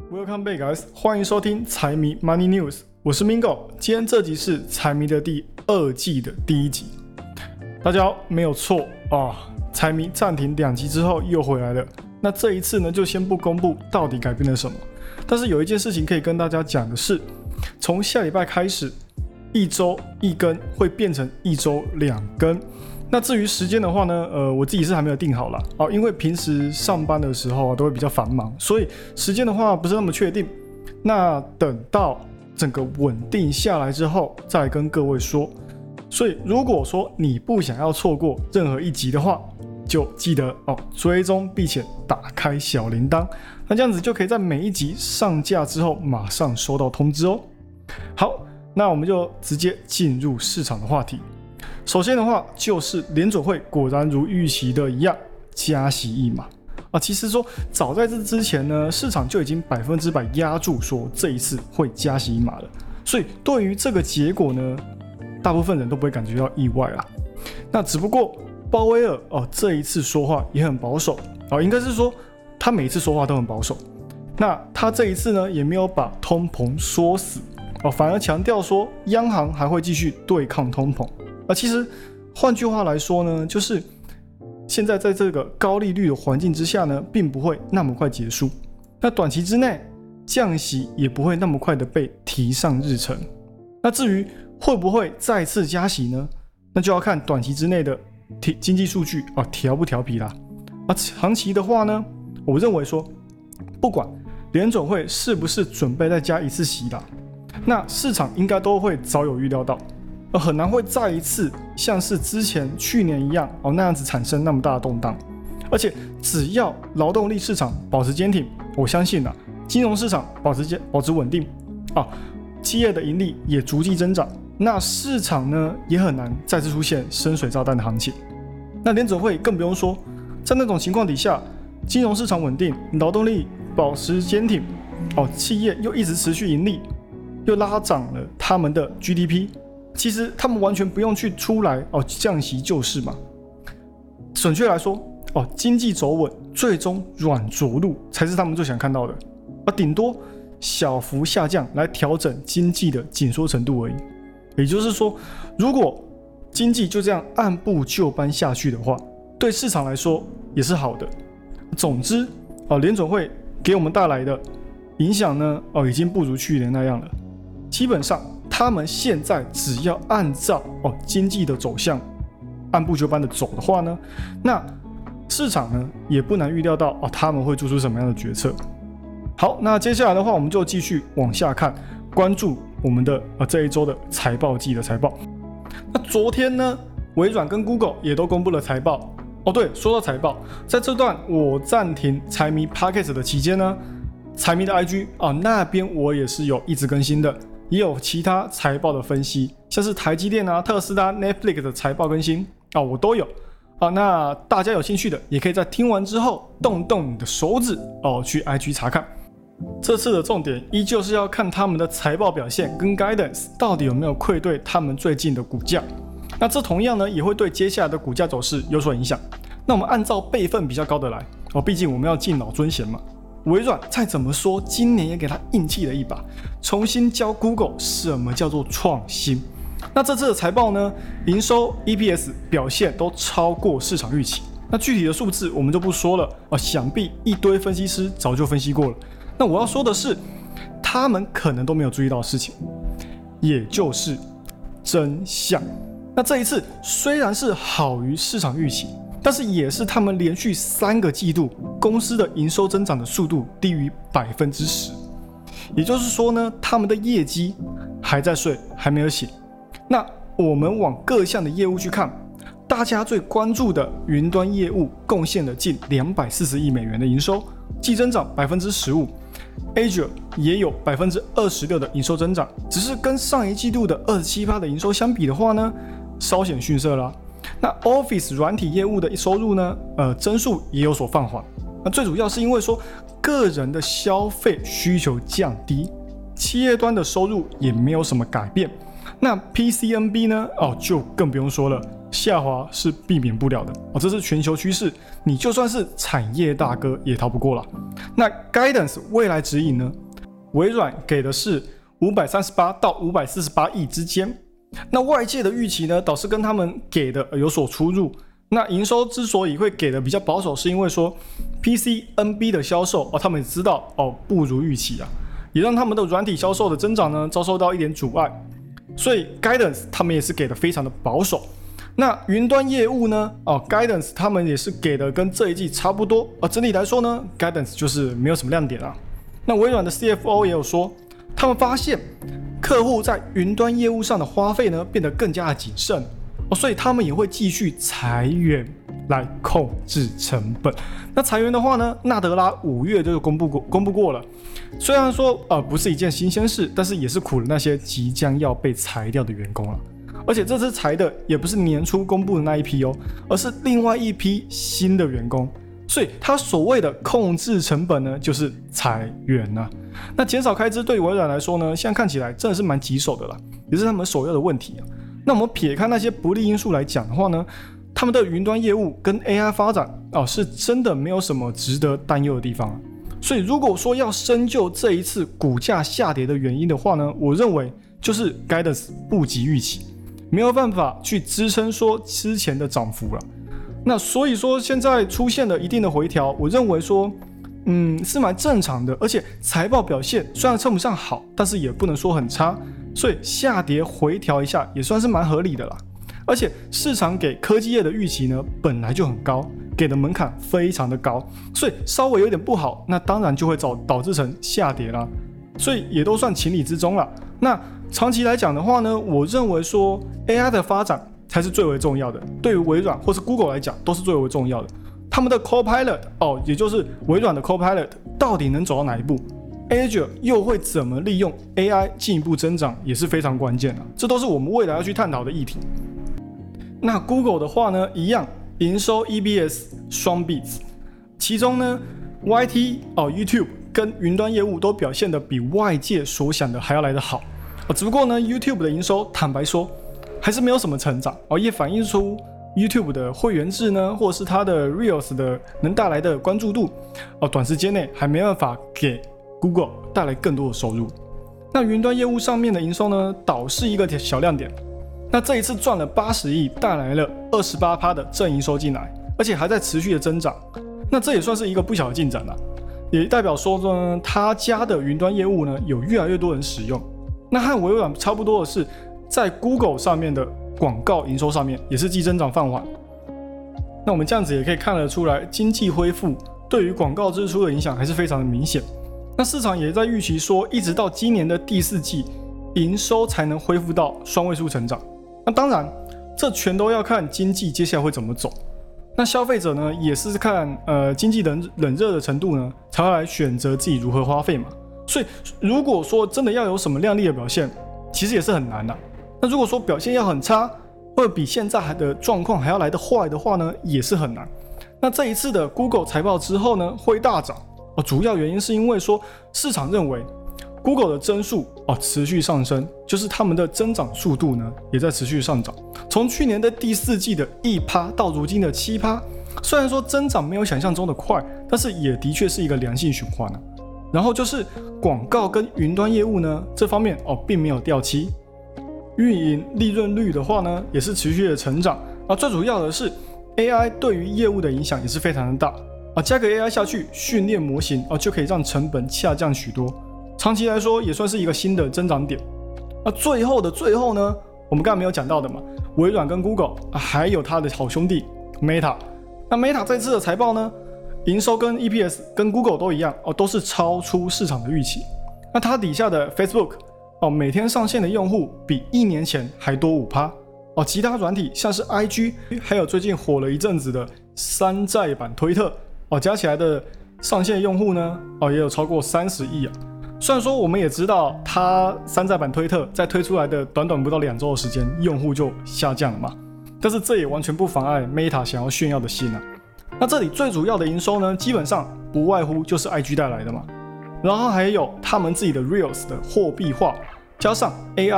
Welcome back, guys！ 欢迎收听财迷 Money News， 我是 Mingo。今天这集是财迷的第2季的第1集。大家好，没有错啊，财迷暂停2集之后又回来了。那这一次呢，就先不公布到底改变了什么。但是有一件事情可以跟大家讲的是，从下礼拜开始，1周1更会变成1周2更。那至于时间的话呢，我自己是还没有定好啦，因为平时上班的时候都会比较繁忙，所以时间的话不是那么确定。那等到整个稳定下来之后，再跟各位说。所以如果说你不想要错过任何一集的话，就记得追踪并且打开小铃铛，那这样子就可以在每一集上架之后马上收到通知哦。好，那我们就直接进入市场的话题。首先的话，就是联准会果然如预期的一样，加息1码其实说早在这之前呢，市场就已经100%压住说这一次会加息1码了，所以对于这个结果呢，大部分人都不会感觉到意外啦。那只不过鲍威尔这一次说话也很保守应该是说他每一次说话都很保守。那他这一次呢，也没有把通膨说死反而强调说央行还会继续对抗通膨。其实换句话来说呢，就是现在在这个高利率的环境之下呢，并不会那么快结束。那短期之内降息也不会那么快的被提上日程。那至于会不会再次加息呢？那就要看短期之内的经济数据调不调皮啦。长期的话呢，我认为说不管联准会是不是准备再加1次息啦，那市场应该都会早有预料到。很难会再一次像是之前去年一样那样子产生那么大的动荡。而且只要劳动力市场保持坚挺，我相信金融市场保持稳定企业的盈利也逐季增长，那市场呢也很难再次出现深水炸弹的行情。那联准会更不用说，在那种情况底下，金融市场稳定，劳动力保持坚挺企业又一直持续盈利，又拉涨了他们的 GDP，其实他们完全不用去出来降息救市嘛。准确来说经济走稳，最终软着陆才是他们最想看到的顶多小幅下降来调整经济的紧缩程度而已。也就是说，如果经济就这样按部就班下去的话，对市场来说也是好的。总之联准会给我们带来的影响呢已经不如去年那样了。基本上他们现在只要按照经济的走向按部就班的走的话呢，那市场呢也不难预料到他们会做出什么样的决策。好，那接下来的话，我们就继续往下看，关注我们的这一周的财报季的财报。那昨天呢，微软跟 Google 也都公布了财报。对，说到财报，在这段我暂停财迷 Podcast 的期间呢，财迷的 IG 那边我也是有一直更新的，也有其他财报的分析，像是台积电特斯拉、Netflix 的财报更新我都有那大家有兴趣的，也可以在听完之后动动你的手指去 IG 查看。这次的重点依旧是要看他们的财报表现跟 guidance 到底有没有愧对他们最近的股价。那这同样呢也会对接下来的股价走势有所影响。那我们按照辈分比较高的来毕竟我们要敬老尊贤嘛。微软再怎么说，今年也给他硬气了一把，重新教 Google 什么叫做创新。那这次的财报呢，营收 EPS 表现都超过市场预期。那具体的数字我们就不说了想必一堆分析师早就分析过了。那我要说的是，他们可能都没有注意到的事情，也就是真相。那这一次虽然是好于市场预期，但是也是他们连续3个季度公司的营收增长的速度低于10%。也就是说呢，他们的业绩还在睡，还没有醒。那我们往各项的业务去看，大家最关注的云端业务贡献了近240亿美元的营收，季增长 15%。Azure 也有 26% 的营收增长，只是跟上一季度的 27% 的营收相比的话呢，稍显逊色啦。那 Office 软体业务的收入呢，增速也有所放缓。那最主要是因为说个人的消费需求降低，企业端的收入也没有什么改变。那 PCNB 呢，就更不用说了， 下滑是避免不了的这是全球趋势，你就算是产业大哥也逃不过了。那 guidance 未来指引呢？微软给的是538到548亿之间，那外界的预期呢，倒是跟他们给的有所出入。那营收之所以会给的比较保守，是因为说 PC、NB 的销售他们也知道不如预期啊，也让他们的软体销售的增长呢遭受到一点阻碍，所以 guidance 他们也是给的非常的保守。那云端业务呢guidance 他们也是给的跟这一季差不多整体来说呢 guidance 就是没有什么亮点啊。那微软的 CFO 也有说，他们发现客户在云端业务上的花费呢变得更加的谨慎所以他们也会继续裁员来控制成本。那裁员的话呢，纳德拉5月就公布过了，虽然说不是一件新鲜事，但是也是苦了那些即将要被裁掉的员工了。而且这次裁的也不是年初公布的那一批而是另外一批新的员工。所以他所谓的控制成本呢，就是裁员啊。那减少开支对于微软来说呢，现在看起来真的是蛮棘手的啦，也是他们首要的问题啊。那我们撇开那些不利因素来讲的话呢，他们的云端业务跟 AI 发展是真的没有什么值得担忧的地方啊。所以如果说要深究这一次股价下跌的原因的话呢，我认为就是 guidance 不及预期，没有办法去支撑说之前的涨幅了。那所以说现在出现了一定的回调，我认为说是蛮正常的，而且财报表现虽然称不上好，但是也不能说很差，所以下跌回调一下也算是蛮合理的啦。而且市场给科技业的预期呢本来就很高，给的门槛非常的高，所以稍微有点不好，那当然就会导致成下跌啦，所以也都算情理之中啦。那长期来讲的话呢，我认为说 AI 的发展才是最为重要的，对于微软或是 Google 来讲都是最为重要的。他们的 Copilot 也就是微软的 Copilot 到底能走到哪一步， Azure 又会怎么利用 AI 进一步增长，也是非常关键的，这都是我们未来要去探讨的议题。那 Google 的话呢，一样营收 EBS 双 beats， 其中呢 YT、YouTube 跟云端业务都表现得比外界所想的还要来得好只不过呢 YouTube 的营收坦白说还是没有什么成长也反映出 YouTube 的会员制呢，或者是它的 Reels 的能带来的关注度短时间内还没办法给 Google 带来更多的收入。那云端业务上面的营收呢，倒是一个小亮点。那这一次赚了80亿，带来了 28% 的正营收进来，而且还在持续的增长。那这也算是一个不小的进展啦，也代表说呢，他家的云端业务呢有越来越多人使用。那和微软差不多的是，在 Google 上面的广告营收上面也是季增长放缓。那我们这样子也可以看得出来，经济恢复对于广告支出的影响还是非常的明显。那市场也在预期说，一直到今年的第4季，营收才能恢复到双位数成长。那当然，这全都要看经济接下来会怎么走。那消费者呢，也是看经济冷热的程度呢，才会来选择自己如何花费嘛。所以如果说真的要有什么亮丽的表现，其实也是很难的。那如果说表现要很差，或者比现在的状况还要来得坏的话呢，也是很难。那这一次的 Google 财报之后呢，会大涨主要原因是因为说市场认为 Google 的增速持续上升，就是他们的增长速度呢也在持续上涨。从去年的第4季的1%到如今的7%，虽然说增长没有想象中的快，但是也的确是一个良性循环啊。然后就是广告跟云端业务呢这方面并没有掉期，运营利润率的话呢也是持续的成长最主要的是 AI 对于业务的影响也是非常的大加个 AI 下去训练模型就可以让成本下降许多，长期来说也算是一个新的增长点。最后的最后呢，我们刚才没有讲到的嘛，微软跟 Google还有它的好兄弟 Meta。 那 Meta 这次的财报呢，营收跟 EPS 跟 Google 都一样都是超出市场的预期。那它底下的 Facebook 每天上线的用户比1年前还多 5%其他软体像是 IG 还有最近火了一阵子的山寨版推特加起来的上线用户呢也有超过30亿虽然说我们也知道它山寨版推特在推出来的短短不到2周的时间用户就下降了嘛，但是这也完全不妨碍 Meta 想要炫耀的心那这里最主要的营收呢，基本上不外乎就是 IG 带来的嘛，然后还有他们自己的 Reels 的货币化，加上 AI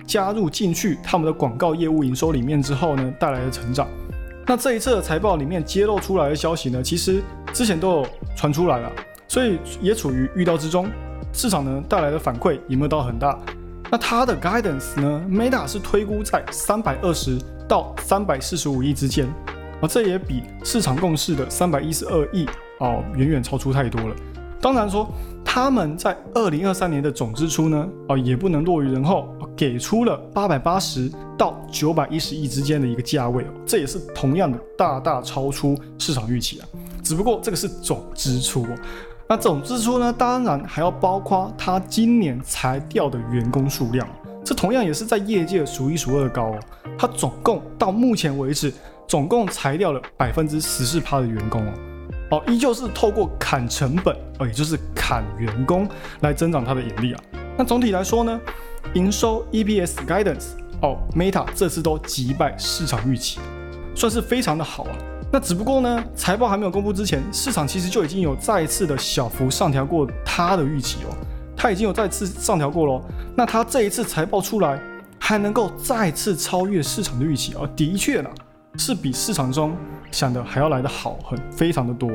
加入进去他们的广告业务营收里面之后呢，带来的成长。那这一次的财报里面揭露出来的消息呢，其实之前都有传出来了，所以也处于预料之中。市场呢带来的反馈也没有到很大。那它的 guidance 呢 ，Meta 是推估在320到345亿之间，这也比市场共识的312亿远远超出太多了。当然说，他们在2023年的总支出呢，也不能落于人后，给出了880到910亿之间的一个价位，这也是同样的大大超出市场预期啊。只不过这个是总支出那总支出呢，当然还要包括他今年裁掉的员工数量，这同样也是在业界数一数二高他总共到目前为止，总共裁掉了14%的员工依旧是透过砍成本，也就是砍员工来增长它的盈利啊。那总体来说呢，营收 EPS guidance Meta 这次都击败市场预期，算是非常的好啊。那只不过呢，财报还没有公布之前，市场其实就已经有再次的小幅上调过它的预期它已经有再次上调过那它这一次财报出来，还能够再次超越市场的预期的确啦，是比市场中想的还要来得好，非常的多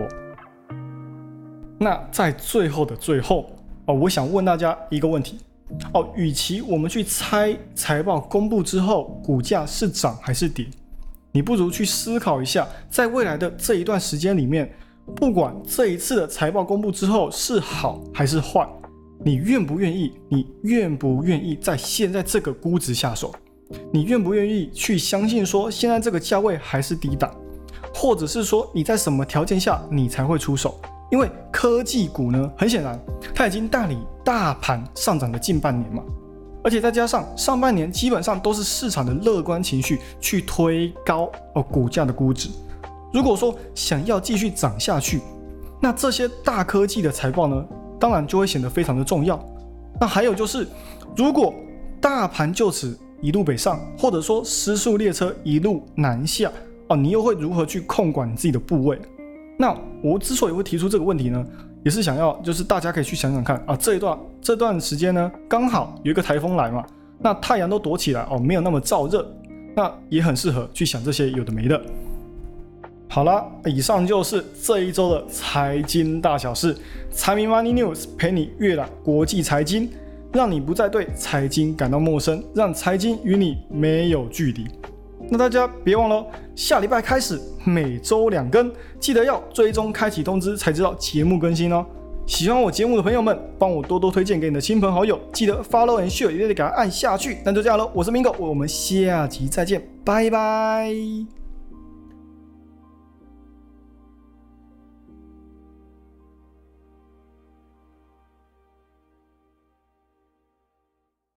那在最后的最后我想问大家一个问题与其我们去猜财报公布之后股价是涨还是跌，你不如去思考一下，在未来的这一段时间里面，不管这一次的财报公布之后是好还是坏，你愿不愿意在现在这个估值下手？你愿不愿意去相信说现在这个价位还是低档，或者是说你在什么条件下你才会出手？因为科技股呢，很显然它已经带领大盘上涨了近半年嘛，而且再加上上半年基本上都是市场的乐观情绪去推高股价的估值。如果说想要继续涨下去，那这些大科技的财报呢，当然就会显得非常的重要。那还有就是，如果大盘就此一路北上，或者说失速列车一路南下你又会如何去控管你自己的部位？那我之所以会提出这个问题呢，也是想要就是大家可以去想想看这段时间呢，刚好有一个台风来嘛，那太阳都躲起来没有那么燥热，那也很适合去想这些有的没的。好啦，以上就是这一周的财经大小事，财迷 Money News 陪你阅览国际财经，让你不再对财经感到陌生，让财经与你没有距离。那大家别忘了下礼拜开始每周2更，记得要追踪开启通知才知道节目更新喜欢我节目的朋友们，帮我多多推荐给你的亲朋好友，记得 follow and share 也得给它按下去。那就这样咯，我是 Mingo， 我们下集再见，拜拜。